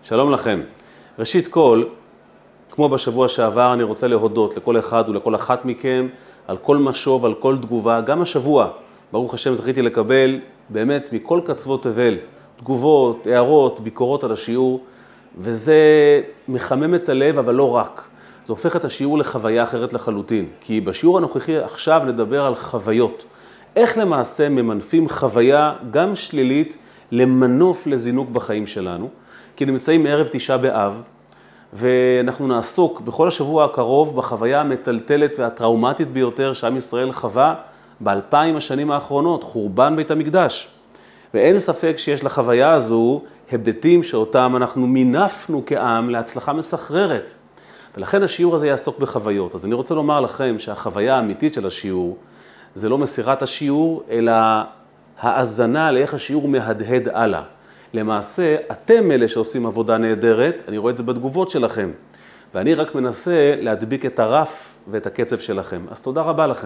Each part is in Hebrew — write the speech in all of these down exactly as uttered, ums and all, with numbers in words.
שלום לכם. ראשית כל, כמו בשבוע שעבר, אני רוצה להודות לכל אחד ולכל אחת מכם על כל משוב, על כל תגובה. גם השבוע, ברוך השם, זכיתי לקבל באמת מכל קצוות תבל, תגובות, הערות, ביקורות על השיעור, וזה מחמם את הלב, אבל לא רק. זה הופך את השיעור לחוויה אחרת לחלוטין, כי בשיעור הנוכחי עכשיו נדבר על חוויות. איך למעשה ממנפים חוויה גם שלילית למנוף לזינוק בחיים שלנו, כי נמצאים מערב תשעה באב, ואנחנו נעסוק בכל השבוע הקרוב בחוויה המטלטלת והטראומטית ביותר שעם ישראל חווה באלפיים השנים האחרונות, חורבן בית המקדש. ואין ספק שיש לחוויה הזו היבטים שאותם אנחנו מינפנו כעם להצלחה מסחררת. ולכן השיעור הזה יעסוק בחוויות. אז אני רוצה לומר לכם שהחוויה האמיתית של השיעור זה לא מסירת השיעור, אלא האזנה לאיך השיעור מהדהד הלאה. למעשה, אתם אלה שעושים עבודה נהדרת, אני רואה את זה בתגובות שלכם, ואני רק מנסה להדביק את הרף ואת הקצב שלכם. אז תודה רבה לכם.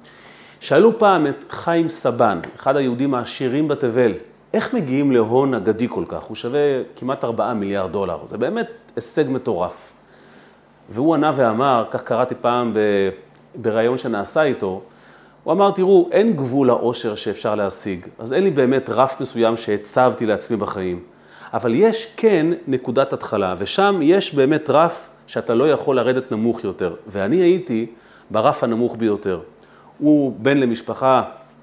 שאלו פעם את חיים סבן, אחד היהודים העשירים בתבל, איך מגיעים להון אגדי כל כך? הוא שווה כמעט ארבעה מיליארד דולר. זה באמת הישג מטורף. והוא ענה ואמר, כך קראתי פעם בראיון שנעשה איתו, הוא אמר, תראו, אין גבול לאושר שאפשר להשיג, אז אין לי באמת רף מסוים שהצבתי לעצמי בחיים. אבל יש כן נקודת התחלה, ושם יש באמת רף שאתה לא יכול לרדת נמוך יותר. ואני הייתי ברף הנמוך ביותר. הוא בן למשפחה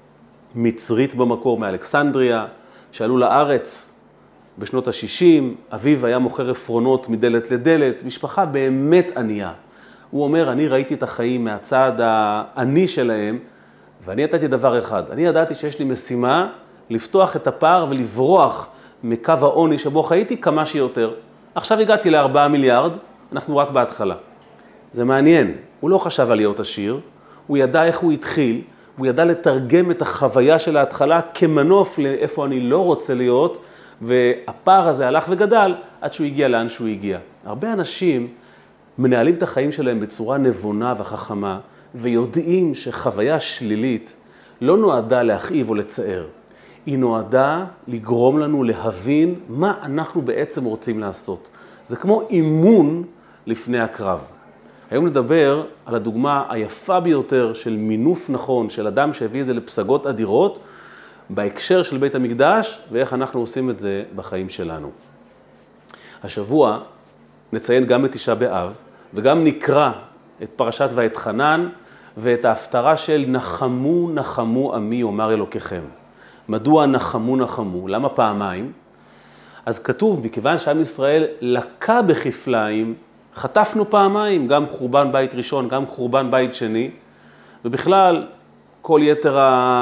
מצרית במקור מאלכסנדריה, שעלו לארץ בשנות ה-שישים, אביו היה מוכר עפרונות מדלת לדלת, משפחה באמת ענייה. הוא אומר, אני ראיתי את החיים מהצד העני שלהם, ואני ידעתי דבר אחד, אני ידעתי שיש לי משימה לפתוח את הפער ולברוח מקו העוני שבו חייתי כמה שיותר. עכשיו הגעתי לארבעה מיליארד, אנחנו רק בהתחלה. זה מעניין, הוא לא חשב על להיות עשיר, הוא ידע איך הוא התחיל, הוא ידע לתרגם את החוויה של ההתחלה כמנוף לאיפה אני לא רוצה להיות, והפער הזה הלך וגדל עד שהוא הגיע לאן שהוא הגיע. הרבה אנשים מנהלים את החיים שלהם בצורה נבונה וחכמה, ויודעים שחוויה שלילית לא נועדה להכאיב או לצער. היא נועדה לגרום לנו להבין מה אנחנו בעצם רוצים לעשות. זה כמו אימון לפני הקרב. היום נדבר על הדוגמה היפה ביותר של מינוף נכון, של אדם שהביא את זה לפסגות אדירות, בהקשר של בית המקדש, ואיך אנחנו עושים את זה בחיים שלנו. השבוע נציין גם את תשעה באב, וגם נקרא את פרשת ואתחנן, ואת ההפטרה של נחמו נחמו עמי אומר אלוקיכם. מדוע נחמו נחמו? למה פעמיים? אז כתוב, מכיוון שעם ישראל לקה בכפליים, חטפנו פעמיים, גם חורבן בית ראשון, גם חורבן בית שני, ובכלל כל יתר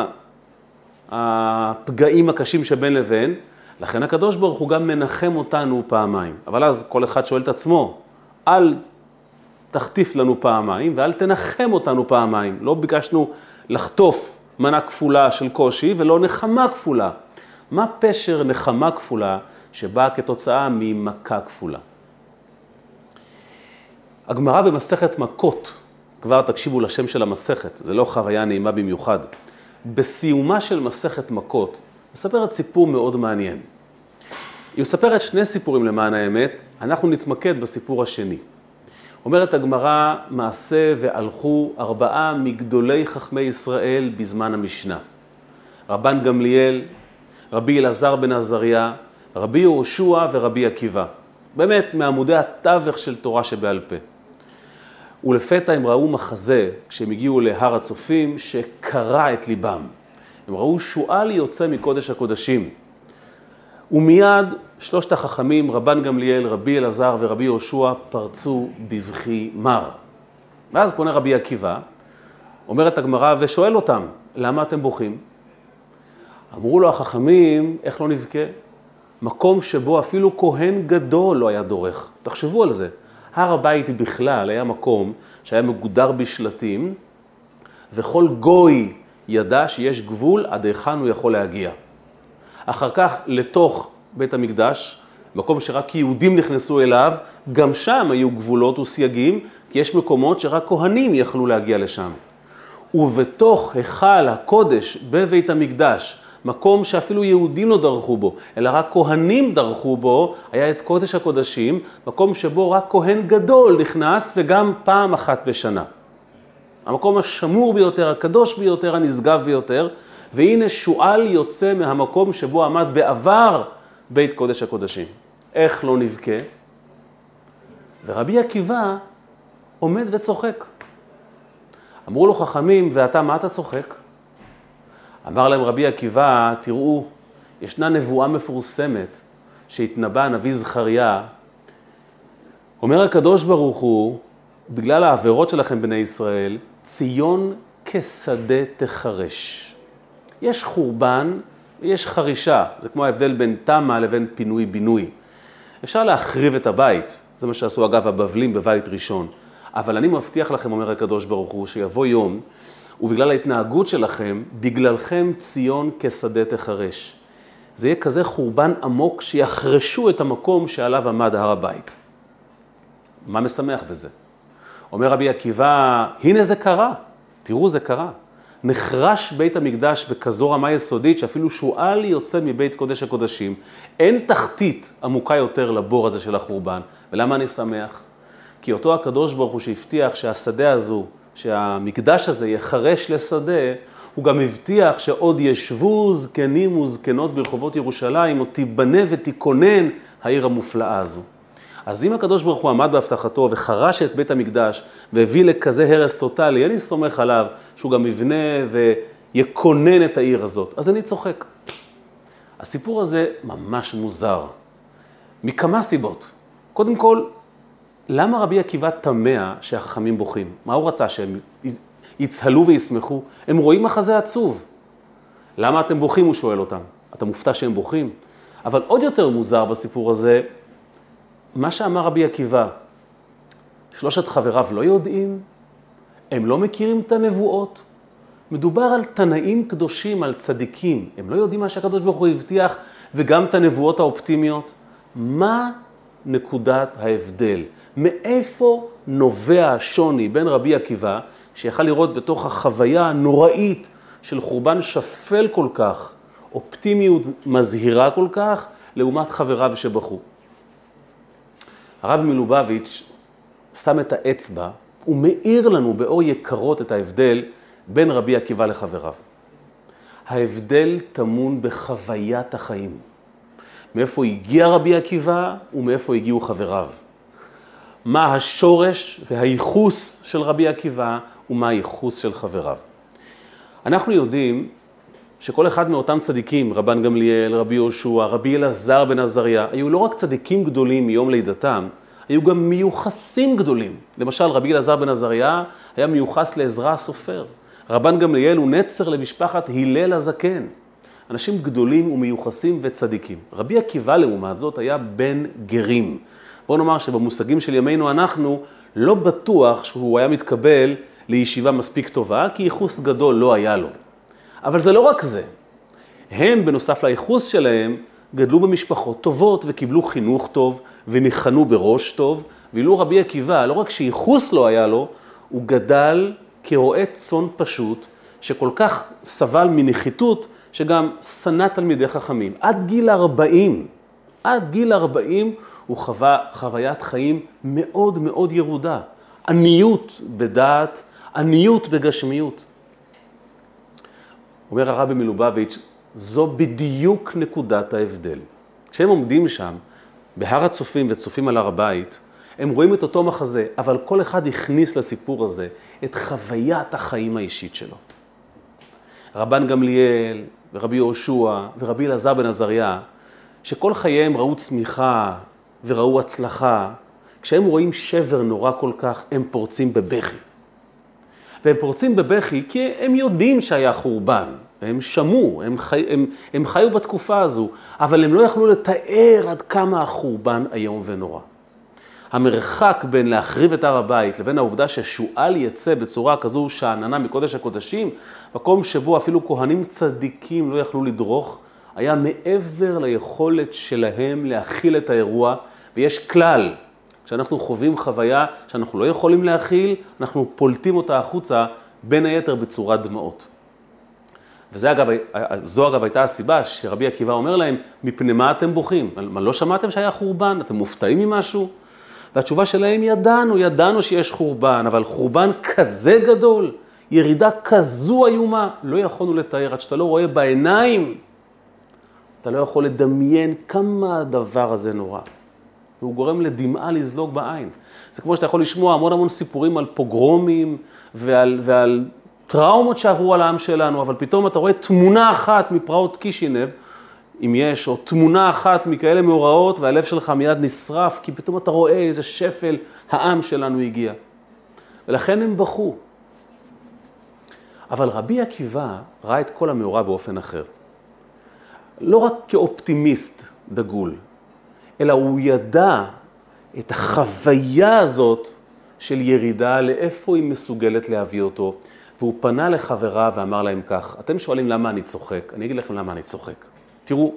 הפגעים הקשים שבין לבין, לכן הקדוש ברוך הוא גם מנחם אותנו פעמיים. אבל אז כל אחד שואל את עצמו, אל תחטיף לנו פעמיים ואל תנחם אותנו פעמיים. לא ביקשנו לחטוף מנה כפולה של קושי ולא נחמה כפולה. מה פשר נחמה כפולה שבאה כתוצאה ממכה כפולה? הגמרא במסכת מכות, כבר תקשיבו לשם של המסכת, זה לא חוויה נעימה במיוחד. בסיומה של מסכת מכות, מספרת סיפור מאוד מעניין. היא מספרת שני סיפורים למען האמת, אנחנו נתמקד בסיפור השני. אומרת הגמרא, מעשה והלכו ארבעה מגדולי חכמי ישראל בזמן המשנה. רבן גמליאל, רבי אלעזר בן עזריה, רבי יהושע ורבי עקיבא. באמת מעמודי התווך של תורה שבעל פה. ולפתע הם ראו מחזה כשהם הגיעו להר הצופים שקרע את ליבם. הם ראו שועל יוצא מקודש הקודשים. ומיד שלושת החכמים, רבן גמליאל, רבי אלעזר ורבי יהושע, פרצו בבכי מר. ואז פונה רבי עקיבא, אומרת הגמרא ושואל אותם, למה אתם בוכים? אמרו לו החכמים, איך לא נבכה? מקום שבו אפילו כהן גדול לא היה דורך. תחשבו על זה. הר הבית בכלל היה מקום שהיה מגודר בשלטים, וכל גוי ידע שיש גבול עד היכן הוא יכול להגיע. אחר כך לתוך בית המקדש, מקום שרק יהודים נכנסו אליו, גם שם היו גבולות וסייגים, כי יש מקומות שרק כהנים יכלו להגיע לשם. ובתוך היכל הקודש בבית המקדש, מקום שאפילו יהודים לא דרכו בו, אלא רק כהנים דרכו בו, היה את קודש הקודשים, מקום שבו רק כהן גדול נכנס וגם פעם אחת בשנה. המקום השמור ביותר, הקדוש ביותר, הנשגב ביותר, והנה שועל יוצא מהמקום שבו עמד בעבר בית קודש הקודשים. איך לא נבכה? ורבי עקיבא עומד וצוחק. אמרו לו חכמים, ואתה מה אתה צוחק? אמר להם רבי עקיבא, תראו, ישנה נבואה מפורסמת שהתנבא הנביא זכריה. אומר הקדוש ברוך הוא, בגלל העבירות שלכם בני ישראל, ציון כשדה תחרש. יש חורבן ויש חרישה, זה כמו ההבדל בין תמה לבין פינוי בינוי. אפשר להחריב את הבית, זה מה שעשו אגב הבבלים בבית ראשון. אבל אני מבטיח לכם, אומר הקדוש ברוך הוא, שיבוא יום, ובגלל ההתנהגות שלכם, בגללכם ציון כשדה תחרש. זה יהיה כזה חורבן עמוק שיחרשו את המקום שעליו עמד הר הבית. מה משמח בזה? אומר רבי עקיבא, הנה זה קרה, תראו זה קרה. נחרש בית המקדש בכזו רמה יסודית שאפילו שועל יוצא מבית קודש הקודשים. אין תחתית עמוקה יותר לבור הזה של החורבן. ולמה אני שמח? כי אותו הקדוש ברוך הוא שהבטיח שהשדה הזו, שהמקדש הזה יחרש לשדה, הוא גם הבטיח שעוד ישבו זקנים וזקנות ברחובות ירושלים, עוד תיבנה ותיכונן העיר המופלאה הזו. אז אם הקדוש ברוך הוא עמד בהבטחתו וחרש את בית המקדש והביא לכזה הרס טוטלי, אני סומך עליו שהוא גם יבנה ויקונן את העיר הזאת. אז אני צוחק. הסיפור הזה ממש מוזר. מכמה סיבות. קודם כל, למה רבי עקיבא תמה שהחכמים בוכים? מה הוא רצה? שהם יצהלו וישמחו? הם רואים מחזה עצוב. למה אתם בוכים? הוא שואל אותם. אתה מופתע שהם בוכים? אבל עוד יותר מוזר בסיפור הזה, מה שאמר רבי עקיבא, שלושת חבריו לא יודעים, הם לא מכירים את הנבואות. מדובר על תנאים קדושים, על צדיקים. הם לא יודעים מה שהקדוש ברוך הוא הבטיח, וגם את הנבואות האופטימיות. מה נקודת ההבדל? מאיפה נובע השוני בין רבי עקיבא, שיכל לראות בתוך החוויה הנוראית של חורבן שפל כל כך, אופטימיות מזהירה כל כך, לעומת חבריו שבחו? הרב מלובביץ' שם את האצבע, הוא מאיר לנו באור יקרות את ההבדל בין רבי עקיבא לחבריו. ההבדל טמון בחוויית החיים. מאיפה הגיע רבי עקיבא ומאיפה הגיעו חבריו. מה השורש והייחוס של רבי עקיבא ומה הייחוס של חבריו. אנחנו יודעים שכל אחד מאותם צדיקים, רבן גמליאל, רבי יהושע, רבי אלעזר בן עזריה, היו לא רק צדיקים גדולים מיום לידתם, היו גם מיוחסים גדולים. למשל, רבי אלעזר בן עזריה היה מיוחס לעזרא הסופר. רבן גמליאל הוא נצר למשפחת הלל הזקן. אנשים גדולים ומיוחסים וצדיקים. רבי עקיבא לעומת זאת היה בן גרים. בוא נאמר שבמושגים של ימינו אנחנו לא בטוח שהוא היה מתקבל לישיבה מספיק טובה, כי ייחוס גדול לא היה לו. אבל זה לא רק זה. הם, בנוסף לייחוס שלהם, גדלו במשפחות טובות וקיבלו חינוך טוב וניחנו בראש טוב, ואילו רבי עקיבא, לא רק שייחוס לא היה לו, הוא גדל כרועה צאן פשוט, שכל כך סבל מנחיתות, שגם שנא תלמידי חכמים. עד גיל ארבעים, עד גיל ארבעים הוא חווה חוויית חיים מאוד מאוד ירודה. עניות בדעת, עניות בגשמיות. אומר הרבי מלובביץ', זו בדיוק נקודת ההבדל. כשהם עומדים שם, בהר הצופים וצופים על הר הבית, הם רואים את אותו מחזה, אבל כל אחד הכניס לסיפור הזה את חוויית החיים האישית שלו. רבן גמליאל ורבי יהושע ורבי אלעזר בן עזריה, שכל חייהם ראו צמיחה וראו הצלחה, כשהם רואים שבר נורא כל כך, הם פורצים בבכי. והם פורצים בבכי כי הם יודעים שהיה חורבן, הם שמעו, הם, חי, הם, הם חיו בתקופה הזו, אבל הם לא יכלו לתאר עד כמה החורבן היום ונורא. המרחק בין להחריב את הר הבית לבין העובדה ששועל יצא בצורה כזו שעננה מקודש הקודשים, מקום שבו אפילו כהנים צדיקים לא יכלו לדרוך, היה מעבר ליכולת שלהם להכיל את האירוע, ויש כלל, כשאנחנו חווים חוויה שאנחנו לא יכולים להכיל, אנחנו פולטים אותה החוצה בין היתר בצורת דמעות. וזה אגב, זו אגב הייתה הסיבה שרבי עקיבא אומר להם, מפני מה אתם בוכים? מה, לא שמעתם שהיה חורבן? אתם מופתעים ממשהו? והתשובה שלהם, ידענו, ידענו שיש חורבן, אבל חורבן כזה גדול, ירידה כזו איומה, לא יכולנו לתאר, עד שאתה לא רואה בעיניים, אתה לא יכול לדמיין כמה הדבר הזה נורא. והוא גורם לדמעה לזלוג בעין. זה כמו שאתה יכול לשמוע המון המון סיפורים על פוגרומים ועל, ועל טראומות שעברו על העם שלנו, אבל פתאום אתה רואה תמונה אחת מפרעות קישינב, אם יש, או תמונה אחת מכאלה מאורעות, והלב שלך מיד נשרף, כי פתאום אתה רואה איזה שפל העם שלנו הגיע. ולכן הם בכו. אבל רבי עקיבא ראה את כל המאורע באופן אחר. לא רק כאופטימיסט דגול, אלא הוא ידע את החוויה הזאת של ירידה, לאיפה היא מסוגלת להביא אותו, והוא פנה לחבריו ואמר להם כך, אתם שואלים למה אני צוחק, אני אגיד לכם למה אני צוחק. תראו,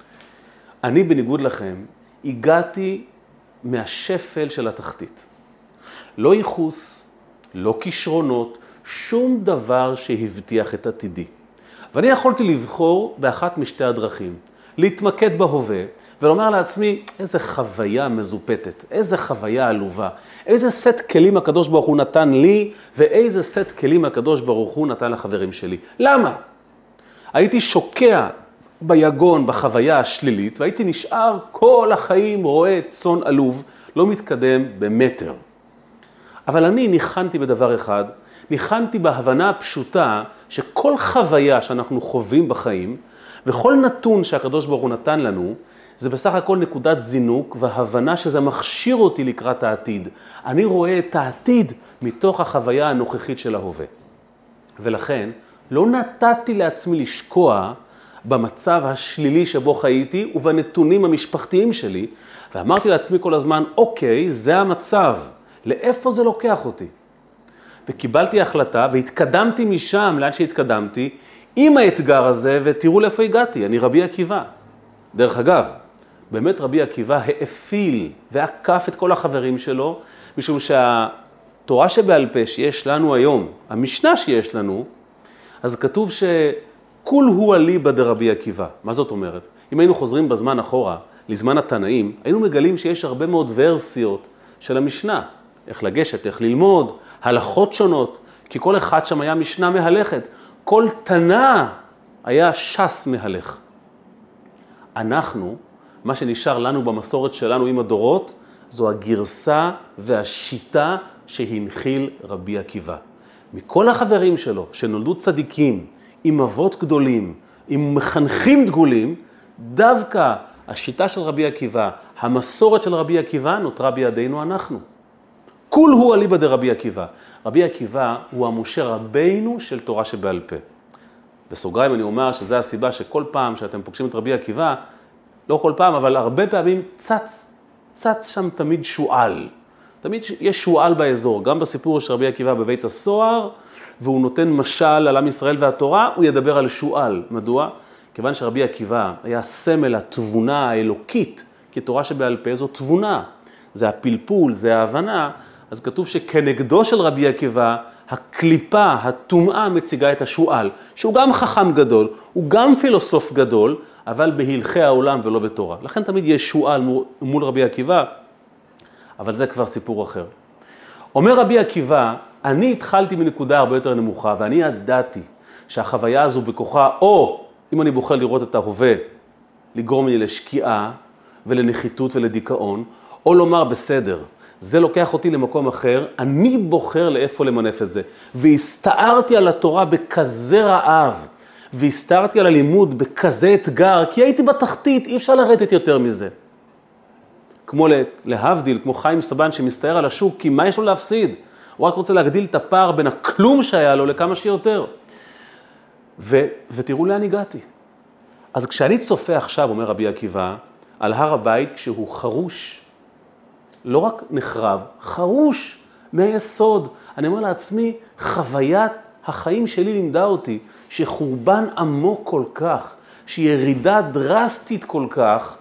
אני בניגוד לכם, הגעתי מהשפל של התחתית. לא ייחוס, לא כישרונות, שום דבר שהבטיח את עתידי. ואני יכולתי לבחור באחת משתי הדרכים, להתמקד בהווה, ולומר לעצמי, איזה חוויה מזופתת, איזה חוויה עלובה, איזה סט כלים הקדוש ברוך הוא נתן לי, ואיזה סט כלים הקדוש ברוך הוא נתן לחברים שלי. למה? הייתי שוקע ביגון, בחוויה השלילית, והייתי נשאר כל החיים רואה צאן עלוב, לא מתקדם במטר. אבל אני ניחנתי בדבר אחד, ניחנתי בהבנה הפשוטה שכל חוויה שאנחנו חווים בחיים, וכל נתון שהקדוש ברוך הוא נתן לנו, זה בסך הכל נקודת זינוק והבנה שזה מכשיר אותי לקראת העתיד. אני רואה את העתיד מתוך החוויה הנוכחית של ההווה. ולכן לא נתתי לעצמי לשקוע במצב השלילי שבו חייתי ובנתונים המשפחתיים שלי, ואמרתי לעצמי כל הזמן, אוקיי, זה המצב, לאיפה זה לוקח אותי? וקיבלתי החלטה והתקדמתי משם לאן שהתקדמתי עם האתגר הזה, ותראו לאיפה הגעתי, אני רבי עקיבא. דרך אגב, באמת רבי עקיבא האפיל ועקף את כל החברים שלו, משום שהתורה שבעל פה שיש לנו היום, המשנה שיש לנו, אז כתוב שכול הוא אליבא דרבי עקיבא. מה זאת אומרת? אם היינו חוזרים בזמן אחורה, לזמן התנאים, היינו מגלים שיש הרבה מאוד ורסיות של המשנה. איך לגשת, איך ללמוד, הלכות שונות, כי כל אחד שם היה משנה מהלכת. כל תנא היה ש"ס מהלך. אנחנו, מה שנשאר לנו במסורת שלנו עם הדורות, זו הגרסה והשיטה שהנחיל רבי עקיבא. מכל החברים שלו, שנולדו צדיקים, עם אבות גדולים, עם מחנכים דגולים, דווקא השיטה של רבי עקיבא, המסורת של רבי עקיבא, נותרה בידינו אנחנו. כול הוא אליבא דרבי עקיבא. רבי עקיבא הוא המשה רבינו של תורה שבעל פה. בסוגריים אני אומר שזה הסיבה שכל פעם שאתם פוגשים את רבי עקיבא, לא כל פעם, אבל הרבה פעמים צץ, צץ שם תמיד שואל. תמיד יש שואל באזור, גם בסיפור של רבי עקיבא בבית הסוהר, והוא נותן משל על עם ישראל והתורה, הוא ידבר על שואל. מדוע? כיוון שרבי עקיבא היה סמל התבונה האלוקית, כי תורה שבעל פה זו תבונה, זה הפלפול, זה ההבנה, אז כתוב שכנגדו של רבי עקיבא, הקליפה, הטומאה מציגה את השואל, שהוא גם חכם גדול, הוא גם פילוסוף גדול, אבל בהלכי העולם ולא בתורה. לכן תמיד יש שואל מול רבי עקיבא, אבל זה כבר סיפור אחר. אומר רבי עקיבא, אני התחלתי מנקודה הרבה יותר נמוכה, ואני ידעתי שהחוויה הזו בכוחה, או אם אני בוחר לראות את ההווה, לגרום לי לשקיעה ולנחיתות ולדיכאון, או לומר בסדר, זה לוקח אותי למקום אחר, אני בוחר לאיפה למנף את זה. והסתערתי על התורה בכזה רעב, והסתערתי על הלימוד בכזה אתגר, כי הייתי בתחתית, אי אפשר לרדת יותר מזה. כמו להבדיל, כמו חיים סבן שמסתער על השוק, כי מה יש לו להפסיד? הוא רק רוצה להגדיל את הפער בין הכלום שהיה לו לכמה שיותר. ו- ותראו לאן הגעתי. אז כשאני צופה עכשיו, אומר רבי עקיבא, על הר הבית כשהוא חרוש, לא רק נחרב, חרוש מהיסוד. אני אומר לעצמי, חוויית החיים שלי לימדה אותי, שחורבן עמוק כל כך, שירידה דרסטית כל כך,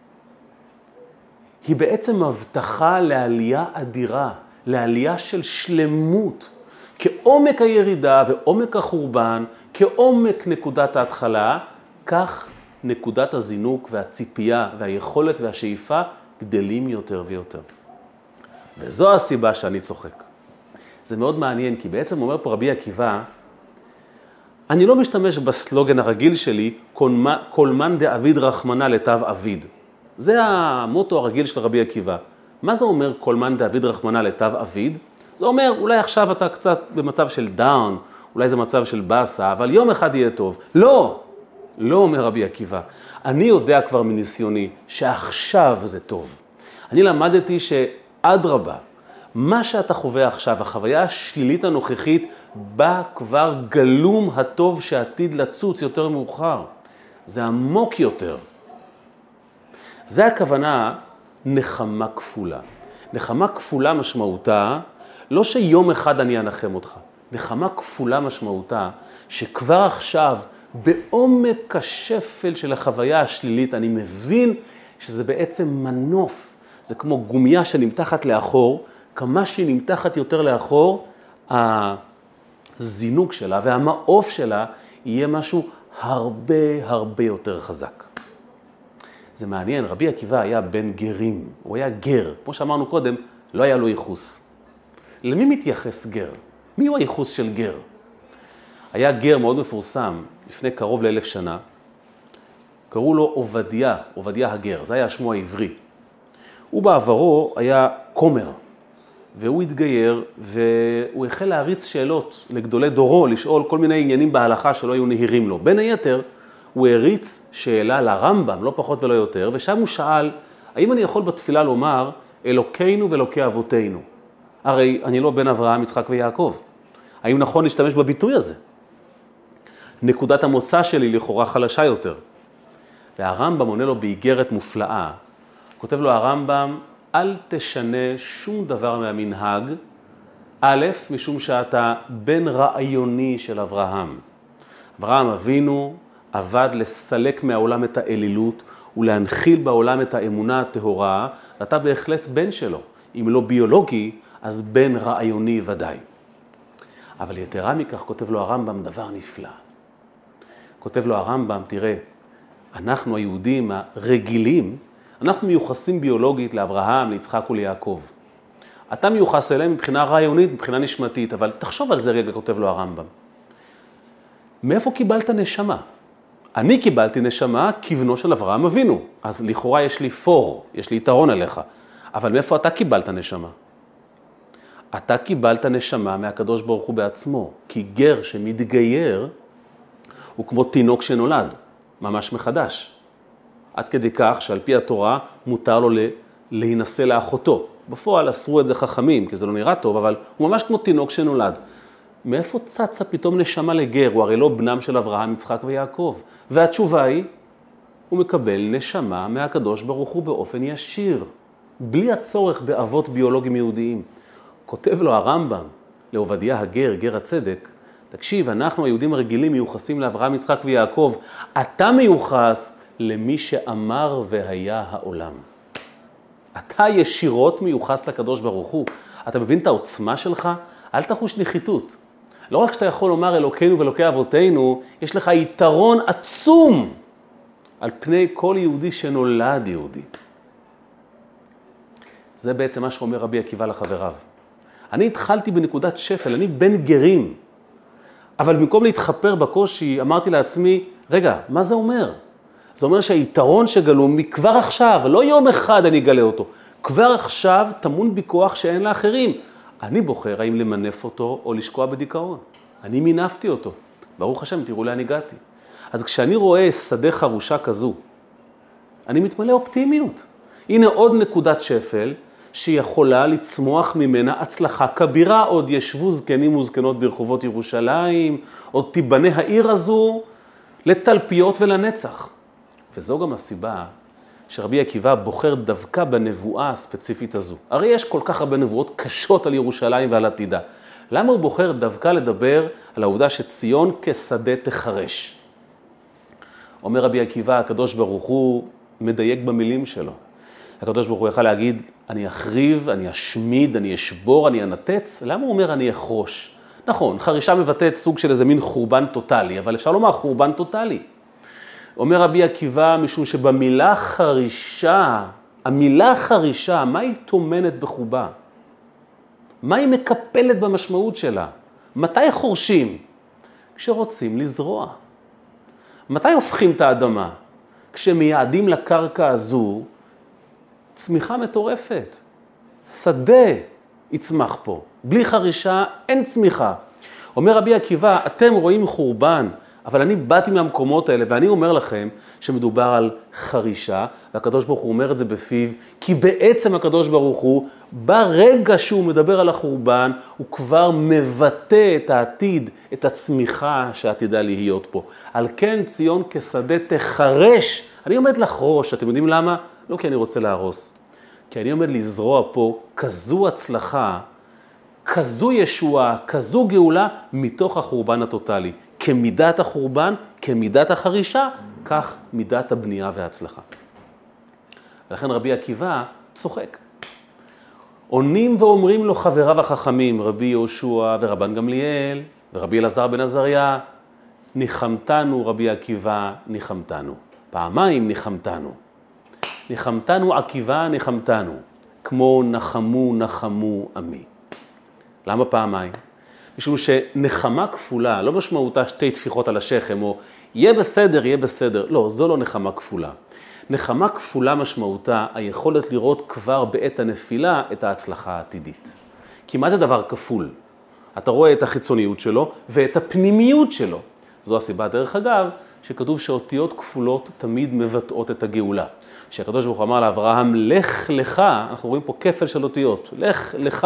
היא בעצם הבטחה לעלייה אדירה, לעלייה של שלמות. כעומק הירידה ועומק החורבן, כעומק נקודת ההתחלה, כך נקודת הזינוק והציפייה והיכולת והשאיפה גדלים יותר ויותר. וזו הסיבה שאני צוחק. זה מאוד מעניין, כי בעצם אומר פה רבי עקיבא, אני לא משתמש בסלוגן הרגיל שלי, כל מן דאביד רחמנה לטב אביד. זה המוטו הרגיל של רבי עקיבא. מה זה אומר כל מן דאביד רחמנה לטב אביד? זה אומר, אולי עכשיו אתה קצת במצב של דאון, אולי זה מצב של בסה, אבל יום אחד יהיה טוב. לא, לא אומר רבי עקיבא. אני יודע כבר מניסיוני שעכשיו זה טוב. אני למדתי שאדרבה, מה שאתה חווה עכשיו, החוויה השלילית הנוכחית, בה כבר גלום הטוב שעתיד לצוץ יותר מאוחר. זה עמוק יותר. זה הכוונה נחמה כפולה. נחמה כפולה משמעותה, לא שיום אחד אני אנחם אותך. נחמה כפולה משמעותה, שכבר עכשיו, בעומק השפל של החוויה השלילית, אני מבין שזה בעצם מנוף. זה כמו גומיה שנמתחת לאחור, כמה שהיא נמתחת יותר לאחור, הזינוק שלה והמעוף שלה יהיה משהו הרבה הרבה יותר חזק. זה מעניין, רבי עקיבא היה בן גרים, הוא היה גר. כמו שאמרנו קודם, לא היה לו ייחוס. למי מתייחס גר? מי הוא הייחוס של גר? היה גר מאוד מפורסם, לפני קרוב לאלף שנה, קראו לו עובדיה, עובדיה הגר, זה היה שמו העברי. הוא בעברו היה כומר, והוא התגייר, והוא החל להריץ שאלות לגדולי דורו, לשאול כל מיני עניינים בהלכה שלא היו נהירים לו. בין היתר, הוא הריץ שאלה לרמב"ם, לא פחות ולא יותר, ושם הוא שאל, האם אני יכול בתפילה לומר, אלוקינו ואלוקי אבותינו? הרי אני לא בן אברהם, יצחק ויעקב. האם נכון להשתמש בביטוי הזה? נקודת המוצא שלי לכאורה חלשה יותר. והרמב"ם עונה לו באיגרת מופלאה. כותב לו הרמב"ם, אל תשנה שום דבר מהמנהג, א', משום שאתה בן רעיוני של אברהם. אברהם אבינו עבד לסלק מהעולם את האלילות ולהנחיל בעולם את האמונה הטהורה, אתה בהחלט בן שלו. אם לא ביולוגי, אז בן רעיוני ודאי. אבל יתרה מכך כותב לו הרמב"ם דבר נפלא. כותב לו הרמב"ם, תראה, אנחנו היהודים הרגילים, אנחנו מיוחסים ביולוגית לאברהם, ליצחק וליעקב. אתה מיוחס אליהם מבחינה רעיונית, מבחינה נשמתית, אבל תחשוב על זה רגע, כותב לו הרמב"ם. מאיפה קיבלת נשמה? אני קיבלתי נשמה כבנו של אברהם אבינו, אז לכאורה יש לי פור, יש לי יתרון עליך. אבל מאיפה אתה קיבלת נשמה? אתה קיבלת נשמה מהקדוש ברוך הוא בעצמו, כי גר שמתגייר הוא כמו תינוק שנולד, ממש מחדש. עד כדי כך שעל פי התורה מותר לו להינשא לאחותו. בפועל אסרו את זה חכמים, כי זה לא נראה טוב, אבל הוא ממש כמו תינוק שנולד. מאיפה צצה פתאום נשמה לגר? הוא הרי לא בנם של אברהם, יצחק ויעקב. והתשובה היא, הוא מקבל נשמה מהקדוש ברוך הוא באופן ישיר, בלי הצורך באבות ביולוגיים יהודיים. כותב לו הרמב"ם, לעובדיה הגר, גר הצדק, תקשיב, אנחנו היהודים הרגילים מיוחסים לאברהם, יצחק ויעקב, אתה מיוחס למי שאמר והיה העולם. אתה ישירות מיוחס לקדוש ברוך הוא. אתה מבין את העוצמה שלך? אל תחוש נחיתות. לא רק שאתה יכול לומר אלוקינו ואלוקי אבותינו, יש לך יתרון עצום על פני כל יהודי שנולד יהודי. זה בעצם מה שאומר רבי עקיבא לחבריו. אני התחלתי בנקודת שפל, אני בן גרים. אבל במקום להתחפר בקושי, אמרתי לעצמי, רגע, מה זה אומר? זה אומר שהיתרון שגלום מכבר עכשיו, לא יום אחד אני אגלה אותו, כבר עכשיו טמון בי כוח שאין לאחרים. אני בוחר האם למנף אותו או לשקוע בדיכאון. אני מינפתי אותו. ברוך השם, תראו לאן הגעתי. אז כשאני רואה שדה חרושה כזו, אני מתמלא אופטימיות. הנה עוד נקודת שפל שיכולה לצמוח ממנה הצלחה כבירה. עוד ישבו זקנים וזקנות ברחובות ירושלים, עוד תיבנה העיר הזו לתלפיות ולנצח. וזו גם הסיבה שרבי עקיבא בוחר דווקא בנבואה הספציפית הזו. הרי יש כל כך הרבה נבואות קשות על ירושלים ועל עתידה. למה הוא בוחר דווקא לדבר על העובדה שציון כשדה תחרש? אומר רבי עקיבא, הקדוש ברוך הוא מדייק במילים שלו. הקדוש ברוך הוא יכל להגיד, אני אחריב, אני אשמיד, אני אשבור, אני אנתץ. למה הוא אומר אני אחרוש? נכון, חרישה מבטאת סוג של איזה מין חורבן טוטלי, אבל אפשר לומר חורבן טוטלי. אומר רבי עקיבא, משום שבמילה חרישה, המילה חרישה, מה היא טומנת בחובה? מה היא מקפלת במשמעות שלה? מתי חורשים? כשרוצים לזרוע. מתי הופכים את האדמה? כשמייעדים לקרקע הזו צמיחה מטורפת. שדה יצמח פה. בלי חרישה אין צמיחה. אומר רבי עקיבא, אתם רואים חורבן, אבל אני באתי מהמקומות האלה, ואני אומר לכם שמדובר על חרישה, והקדוש ברוך הוא אומר את זה בפיו, כי בעצם הקדוש ברוך הוא, ברגע שהוא מדבר על החורבן, הוא כבר מבטא את העתיד, את הצמיחה שעתידה להיות פה. על כן ציון כשדה תחרש. אני עומד לחרוש, אתם יודעים למה? לא כי אני רוצה להרוס. כי אני עומד לזרוע פה כזו הצלחה, כזו ישועה, כזו גאולה, מתוך החורבן הטוטלי. כמידת החורבן, כמידת החרישה, כך מידת הבנייה וההצלחה. ולכן רבי עקיבא צוחק. עונים ואומרים לו חבריו החכמים, רבי יהושע ורבן גמליאל, ורבי אלעזר בן עזריה, ניחמתנו רבי עקיבא, ניחמתנו. פעמיים ניחמתנו. ניחמתנו עקיבא, ניחמתנו. כמו נחמו, נחמו עמי. למה פעמיים? משום שנחמה כפולה, לא משמעותה שתי טפיחות על השכם, או יהיה בסדר, יהיה בסדר. לא, זו לא נחמה כפולה. נחמה כפולה משמעותה היכולת לראות כבר בעת הנפילה את ההצלחה העתידית. כי מה זה דבר כפול? אתה רואה את החיצוניות שלו ואת הפנימיות שלו. זו הסיבה, דרך אגב, שכתוב שאותיות כפולות תמיד מבטאות את הגאולה. שהקדוש ברוך הוא אמר לאברהם, לך לך, אנחנו רואים פה כפל של אותיות, לך לך.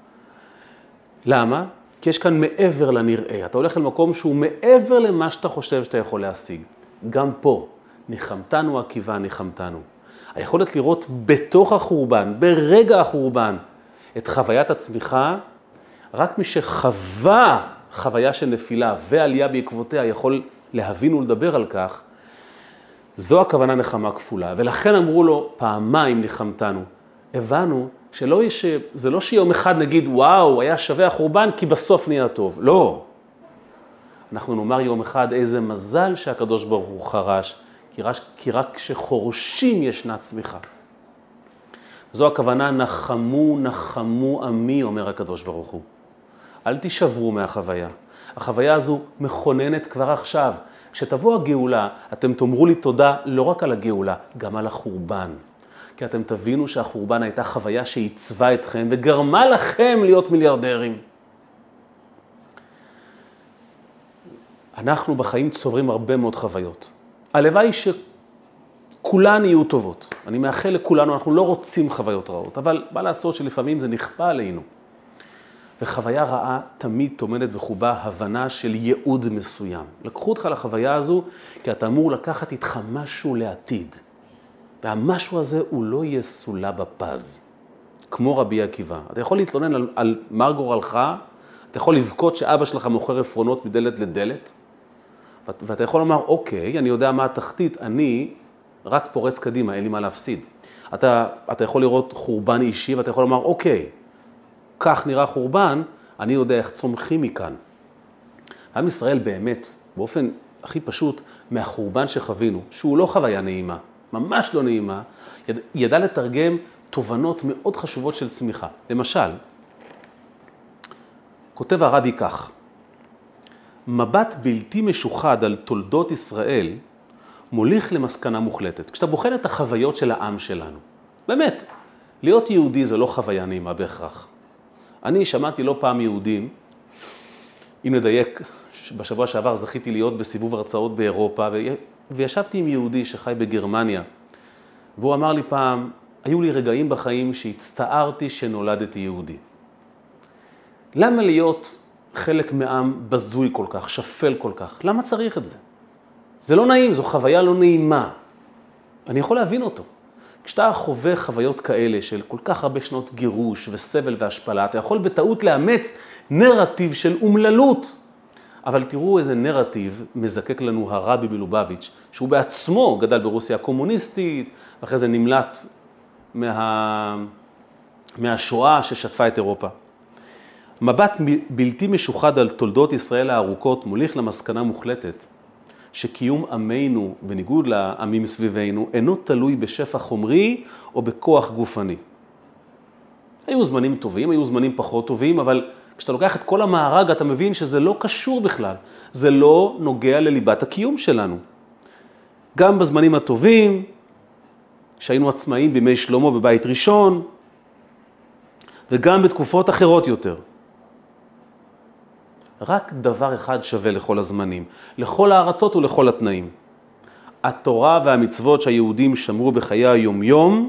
למה? כי יש כאן מעבר לנראה. אתה הולך למקום שהוא מעבר למה שאתה חושב שאתה יכול להשיג. גם פה, ניחמתנו עקיבא, ניחמתנו. היכולת לראות בתוך החורבן, ברגע החורבן, את חוויית הצמיחה, רק מי שחווה חוויה של נפילה ועלייה בעקבותיה יכול להבין ולדבר על כך, זו הכוונה נחמה כפולה. ולכן אמרו לו, פעמיים ניחמתנו. הבנו שלא יש, זה לא שיום אחד נגיד, וואו, היה שווה החורבן כי בסוף נהיה טוב. לא. אנחנו נאמר יום אחד איזה מזל שהקדוש ברוך הוא חרש, כי רק, כי רק כשחורשים ישנה צמיחה. זו הכוונה נחמו, נחמו עמי, אומר הקדוש ברוך הוא. אל תישברו מהחוויה. החוויה הזו מכוננת כבר עכשיו. כשתבוא הגאולה, אתם תאמרו לי תודה לא רק על הגאולה, גם על החורבן. כי אתם תבינו שהחורבן הייתה חוויה שעיצבה אתכם וגרמה לכם להיות מיליארדרים. אנחנו בחיים צוברים הרבה מאוד חוויות. הלוואי שכולן יהיו טובות. אני מאחל לכולנו, אנחנו לא רוצים חוויות רעות, אבל מה לעשות שלפעמים זה נכפה עלינו. וחוויה רעה תמיד טומנת בחובה הבנה של ייעוד מסוים. לקחו אותך לחוויה הזו, כי אתה אמור לקחת איתך משהו לעתיד. והמשהו הזה הוא לא יהיה סולה בפז, כמו רבי עקיבא. אתה יכול להתלונן על, על מר גורלך, אתה יכול לבכות שאבא שלך מוכר עפרונות מדלת לדלת, ואתה יכול לומר, אוקיי, אני יודע מה התחתית, אני רק פורץ קדימה, אין לי מה להפסיד. אתה, אתה יכול לראות חורבן אישי, ואתה יכול לומר, אוקיי, כך נראה חורבן, אני יודע איך צומחים מכאן. עם ישראל באמת, באופן הכי פשוט, מהחורבן שחווינו, שהוא לא חוויה נעימה, ממש לא נעימה, יד, ידע לתרגם תובנות מאוד חשובות של צמיחה. למשל, כותב הרבי כך, מבט בלתי משוחד על תולדות ישראל מוליך למסקנה מוחלטת. כשאתה בוחן את החוויות של העם שלנו, באמת, להיות יהודי זה לא חוויה נעימה בהכרח. אני שמעתי לא פעם יהודים, אם נדייק, בשבוע שעבר זכיתי להיות בסיבוב הרצאות באירופה, וישבתי עם יהודי שחי בגרמניה, והוא אמר לי פעם, היו לי רגעים בחיים שהצטערתי שנולדתי יהודי. למה להיות חלק מעם בזוי כל כך, שפל כל כך? למה צריך את זה? זה לא נעים, זו חוויה לא נעימה. אני יכול להבין אותו. כשאתה חווה חוויות כאלה של כל כך הרבה שנות גירוש וסבל והשפלה, אתה יכול בטעות לאמץ נרטיב של אומללות. אבל תראו איזה נרטיב מזקק לנו הרבי מלובביץ', שהוא בעצמו גדל ברוסיה הקומוניסטית, ואחרי זה נמלט מה... מהשואה ששטפה את אירופה. מבט בלתי משוחד על תולדות ישראל הארוכות מוליך למסקנה מוחלטת, שקיום עמנו, בניגוד לעמים סביבנו, אינו תלוי בשפע חומרי או בכוח גופני. היו זמנים טובים, היו זמנים פחות טובים, אבל כשאתה לוקח את כל המארג, אתה מבין שזה לא קשור בכלל. זה לא נוגע לליבת הקיום שלנו. גם בזמנים הטובים, שהיינו עצמאים בימי שלמה בבית ראשון, וגם בתקופות אחרות יותר. רק דבר אחד שווה לכל הזמנים, לכל הארצות ולכל התנאים. התורה והמצוות שהיהודים שמרו בחיי היום-יום,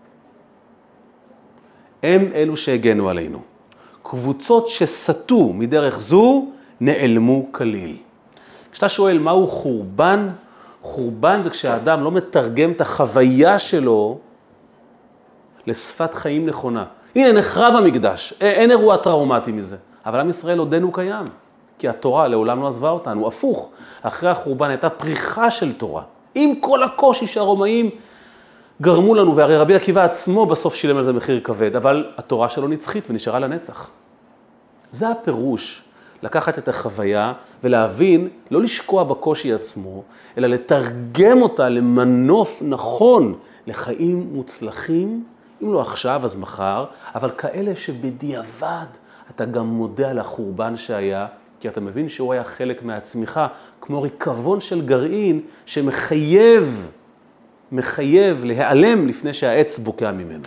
הם אלו שהגנו עלינו. קבוצות שסטו מדרך זו נעלמו כליל. כשאתה שואל מהו חורבן, חורבן זה כשהאדם לא מתרגם את החוויה שלו לשפת חיים נכונה. הנה, נחרב המקדש, אין אירוע טראומטי מזה. אבל עם ישראל עודנו קיים, כי התורה לעולם לא עזבה אותנו. הפוך, אחרי החורבן הייתה פריחה של תורה. עם כל הקושי שהרומאים גרמו לנו, והרי רבי עקיבא עצמו בסוף שילם על זה מחיר כבד, אבל התורה שלו נצחית ונשארה לנצח. זה הפירוש, לקחת את החוויה ולהבין, לא לשקוע בקושי עצמו, אלא לתרגם אותה למנוף נכון לחיים מוצלחים, אם לא עכשיו אז מחר, אבל כאלה שבדיעבד אתה גם מודה על החורבן שהיה, כי אתה מבין שהוא היה חלק מהצמיחה, כמו ריקבון של גרעין שמחייב, מחייב להיעלם לפני שהעץ בוקע ממנו.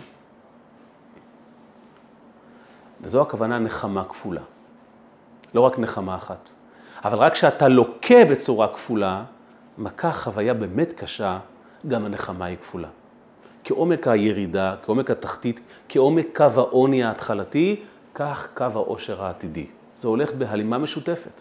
וזו הכוונה נחמה כפולה. לא רק נחמה אחת. אבל רק כשאתה לוקה בצורה כפולה, מכה חוויה באמת קשה, גם הנחמה היא כפולה. כעומק הירידה, כעומק התחתית, כעומק קו העוני ההתחלתי, כך קו העושר העתידי. זה הולך בהלימה משותפת.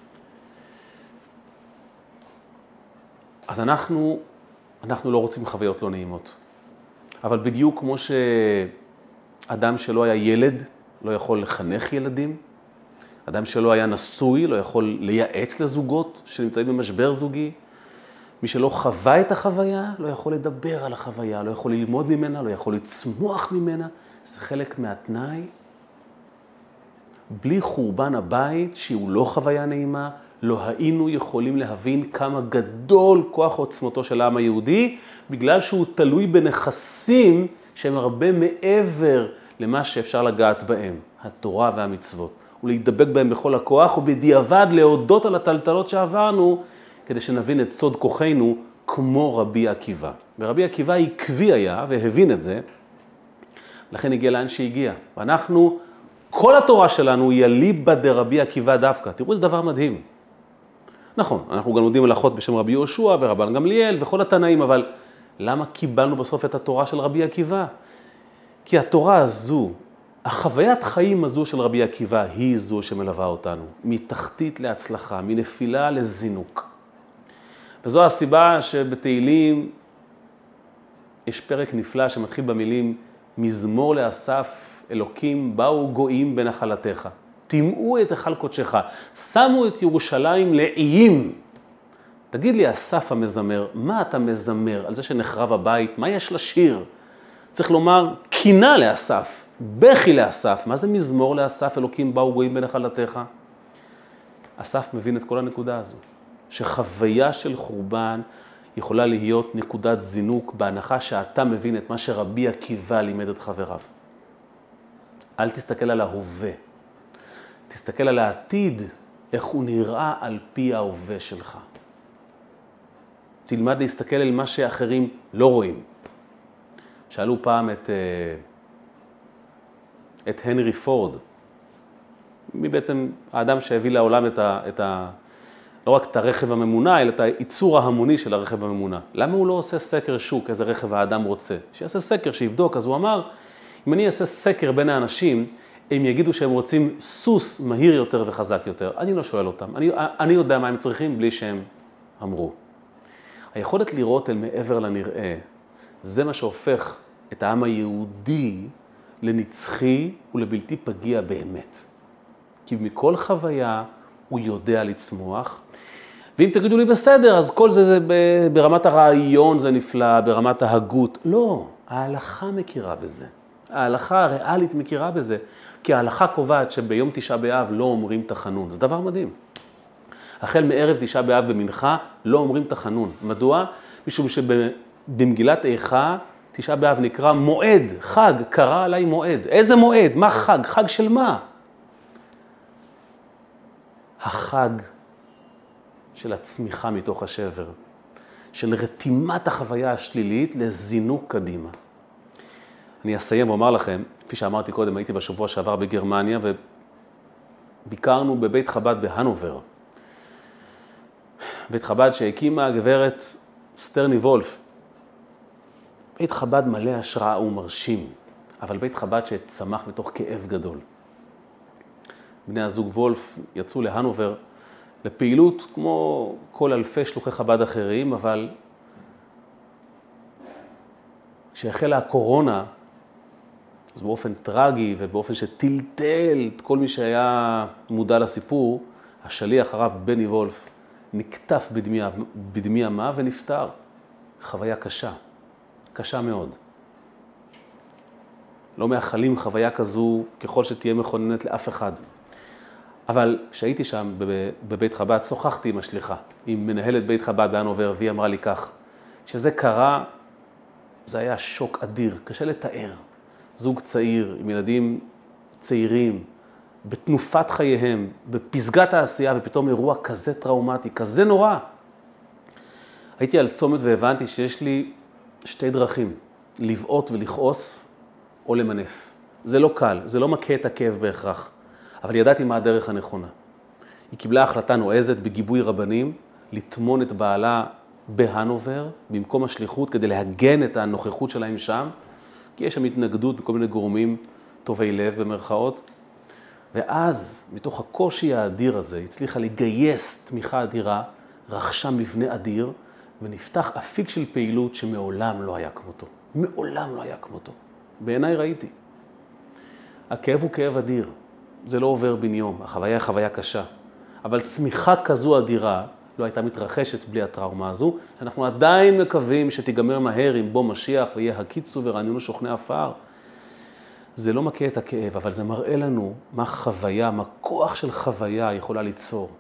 אז אנחנו, אנחנו לא רוצים חוויות לא נעימות. אבל בדיוק כמו שאדם שלא היה ילד, לא יכול לחנך ילדים, אדם שלא היה נשוי, לא יכול לייעץ לזוגות שנמצאים במשבר זוגי, מי שלא חווה את החוויה, לא יכול לדבר על החוויה, לא יכול ללמוד ממנה, לא יכול לצמוח ממנה. זה חלק מהתנאי. בלי חורבן הבית, שהוא לא חוויה נעימה, לא היינו יכולים להבין כמה גדול כוח עוצמתו של העם היהודי, בגלל שהוא תלוי בנכסים שהם הרבה מעבר למה שאפשר לגעת בהם, התורה והמצוות. ולהידבק בהם בכל הכוח, ובדיעבד להודות על הטלטלות שעברנו, כדי שנבין את סוד כוחנו כמו רבי עקיבא. ורבי עקיבא עקבי היה והבין את זה, לכן הגיע לאן שהגיע. ואנחנו, כל התורה שלנו היא הליבה דרבי עקיבא דווקא. תראו, זה דבר מדהים. נכון, אנחנו גם יודעים הלכות בשם רבי יהושע ורבן גמליאל וכל התנאים, אבל למה קיבלנו בסוף את התורה של רבי עקיבא? כי התורה הזו, החוויית חיים הזו של רבי עקיבא היא זו שמלווה אותנו, מתחתית להצלחה, מנפילה לזינוק. וזו הסיבה שבתהילים יש פרק נפלא שמתחיל במילים, מזמור לאסף אלוקים באו גויים בנחלתך, תימאו את היכל קודשך, שמו את ירושלים לאיים. תגיד לי, אסף המזמר, מה אתה מזמר על זה שנחרב הבית? מה יש לשיר? צריך לומר, קינה לאסף, בכי לאסף. מה זה מזמור לאסף אלוקים באו גויים בנחלתך? אסף מבין את כל הנקודה הזו. שחוויה של חורבן יכולה להיות נקודת זינוק בהנחה שאתה מבין את מה שרבי עקיבא לימד את חבריו. אל תסתכל על ההווה. תסתכל על העתיד, איך הוא נראה על פי ההווה שלך. תלמד להסתכל על מה שאחרים לא רואים. שאלו פעם את, את הנרי פורד, מי בעצם האדם שהביא לעולם את ה, את ה, לא רק את הרכב הממונע, אלא את הייצור ההמוני של הרכב הממונע. למה הוא לא עושה סקר שוק, איזה רכב האדם רוצה? שיעשה סקר, שיבדוק. אז הוא אמר, אם אני אעשה סקר בין האנשים, הם יגידו שהם רוצים סוס מהיר יותר וחזק יותר. אני לא שואל אותם. אני, אני יודע מה הם צריכים בלי שהם אמרו. היכולת לראות אל מעבר לנראה, זה מה שהופך את העם היהודי לנצחי ולבלתי פגיע באמת. כי מכל חוויה הוא יודע לצמוח. ואם תגידו לי בסדר, אז כל זה, זה ברמת הרעיון זה נפלא, ברמת ההגות. לא, ההלכה מכירה בזה. ההלכה הריאלית מכירה בזה, כי ההלכה קובעת שביום תשעה באב לא אומרים תחנון. זה דבר מדהים. החל מערב תשעה באב במנחה לא אומרים תחנון. מדוע? משום שבמגילת איכה תשעה באב נקרא מועד, חג, קרא עליי מועד. איזה מועד? מה חג? חג של מה? החג של הצמיחה מתוך השבר, של רתימת החוויה השלילית לזינוק קדימה. אני אסיים ואומר לכם, כפי שאמרתי קודם, הייתי בשבוע שעבר בגרמניה וביקרנו בבית חב"ד בהנובר. בית חב"ד שהקימה הגברת סטרני וולף. בית חב"ד מלא השראה ומרשים, אבל בית חב"ד שצמח מתוך כאב גדול. בני הזוג וולף יצאו להנובר לפעילות כמו כל אלפי שלוחי חב"ד אחרים, אבל כשהחלה הקורונה, אז באופן טרגי ובאופן שטלטל את כל מי שהיה מודע לסיפור, השליח הרב בני וולף נקטף בדמי, בדמי עמה ונפטר. חוויה קשה, קשה מאוד. לא מאחלים חוויה כזו ככל שתהיה מכוננת לאף אחד. אבל כשהייתי שם בבית חב"ד, שוחחתי עם השליחה, עם מנהלת בית חב"ד בהנובר, והיא אמרה לי כך, שזה קרה, זה היה שוק אדיר, קשה לתאר. זוג צעיר, עם ילדים צעירים, בתנופת חייהם, בפסגת העשייה, ופתאום אירוע כזה טראומטי, כזה נורא. הייתי על צומת והבנתי שיש לי שתי דרכים, לבעוט ולכעוס או למנף. זה לא קל, זה לא מכה את הכאב בהכרח, אבל ידעתי מה הדרך הנכונה. היא קיבלה החלטה נועזת בגיבוי רבנים, לטמון את בעלה בהנובר, במקום השליחות, כדי להגן את הנוכחות שלהם שם, כי יש שם התנגדות בכל מיני גורמים טובי לב במרכאות. ואז, מתוך הקושי האדיר הזה, הצליחה לגייס תמיכה אדירה, רכשה מבנה אדיר, ונפתח אפיק של פעילות שמעולם לא היה כמותו. מעולם לא היה כמותו. בעיניי ראיתי. הכאב הוא כאב אדיר. זה לא עובר בן יום. החוויה היא חוויה קשה. אבל צמיחה כזו אדירה לא הייתה מתרחשת בלי הטראומה הזו, שאנחנו עדיין מקווים שתיגמר מהר עם בו משיח ויהיה הקיצו ורענינו שוכני עפר. זה לא מכה את הכאב, אבל זה מראה לנו מה חוויה, מה כוח של חוויה יכולה ליצור.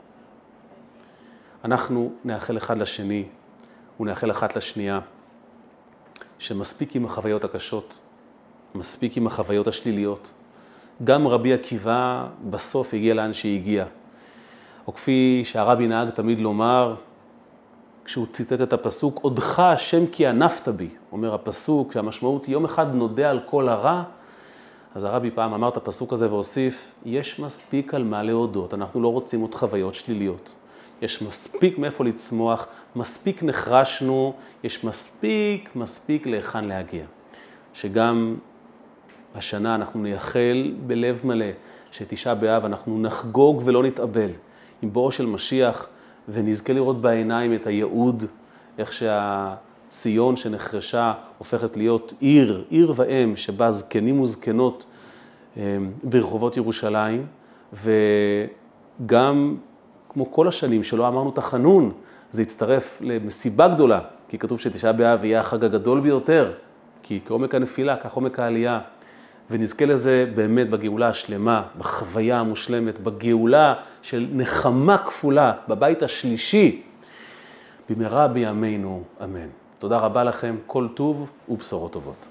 אנחנו נאחל אחד לשני, ונאחל אחת לשנייה, שמספיק עם החוויות הקשות, מספיק עם החוויות השליליות. גם רבי עקיבא בסוף הגיע לאן שהגיע. או כפי שהרבי נהג תמיד לומר, כשהוא ציטט את הפסוק, עודך השם כי ענפת בי, אומר הפסוק, שהמשמעות היא יום אחד נודע על כל הרע, אז הרבי פעם אמר את הפסוק הזה והוסיף, יש מספיק על מה להודות, אנחנו לא רוצים עוד חוויות שליליות. יש מספיק מאיפה לצמוח, מספיק נחרשנו, יש מספיק, מספיק להיכן להגיע. שגם השנה אנחנו נייחל בלב מלא, שתשעה באב אנחנו נחגוג ולא נתאבל, עם בואו של משיח, ונזכה לראות בעיניים את הייעוד, איך שהציון שנחרשה הופכת להיות עיר, עיר ואם, שבה זקנים וזקנות ברחובות ירושלים, וגם כמו כל השנים שלא אמרנו תחנון, זה יצטרף למסיבה גדולה, כי כתוב שתשעה באב יהיה החג הגדול ביותר, כי כעומק הנפילה, כך עומק העלייה, ונזכה לזה באמת בגאולה השלמה, בחוויה המושלמת, בגאולה של נחמה כפולה, בבית השלישי, במהרה בימינו, אמן. תודה רבה לכם, כל טוב ובשורות טובות.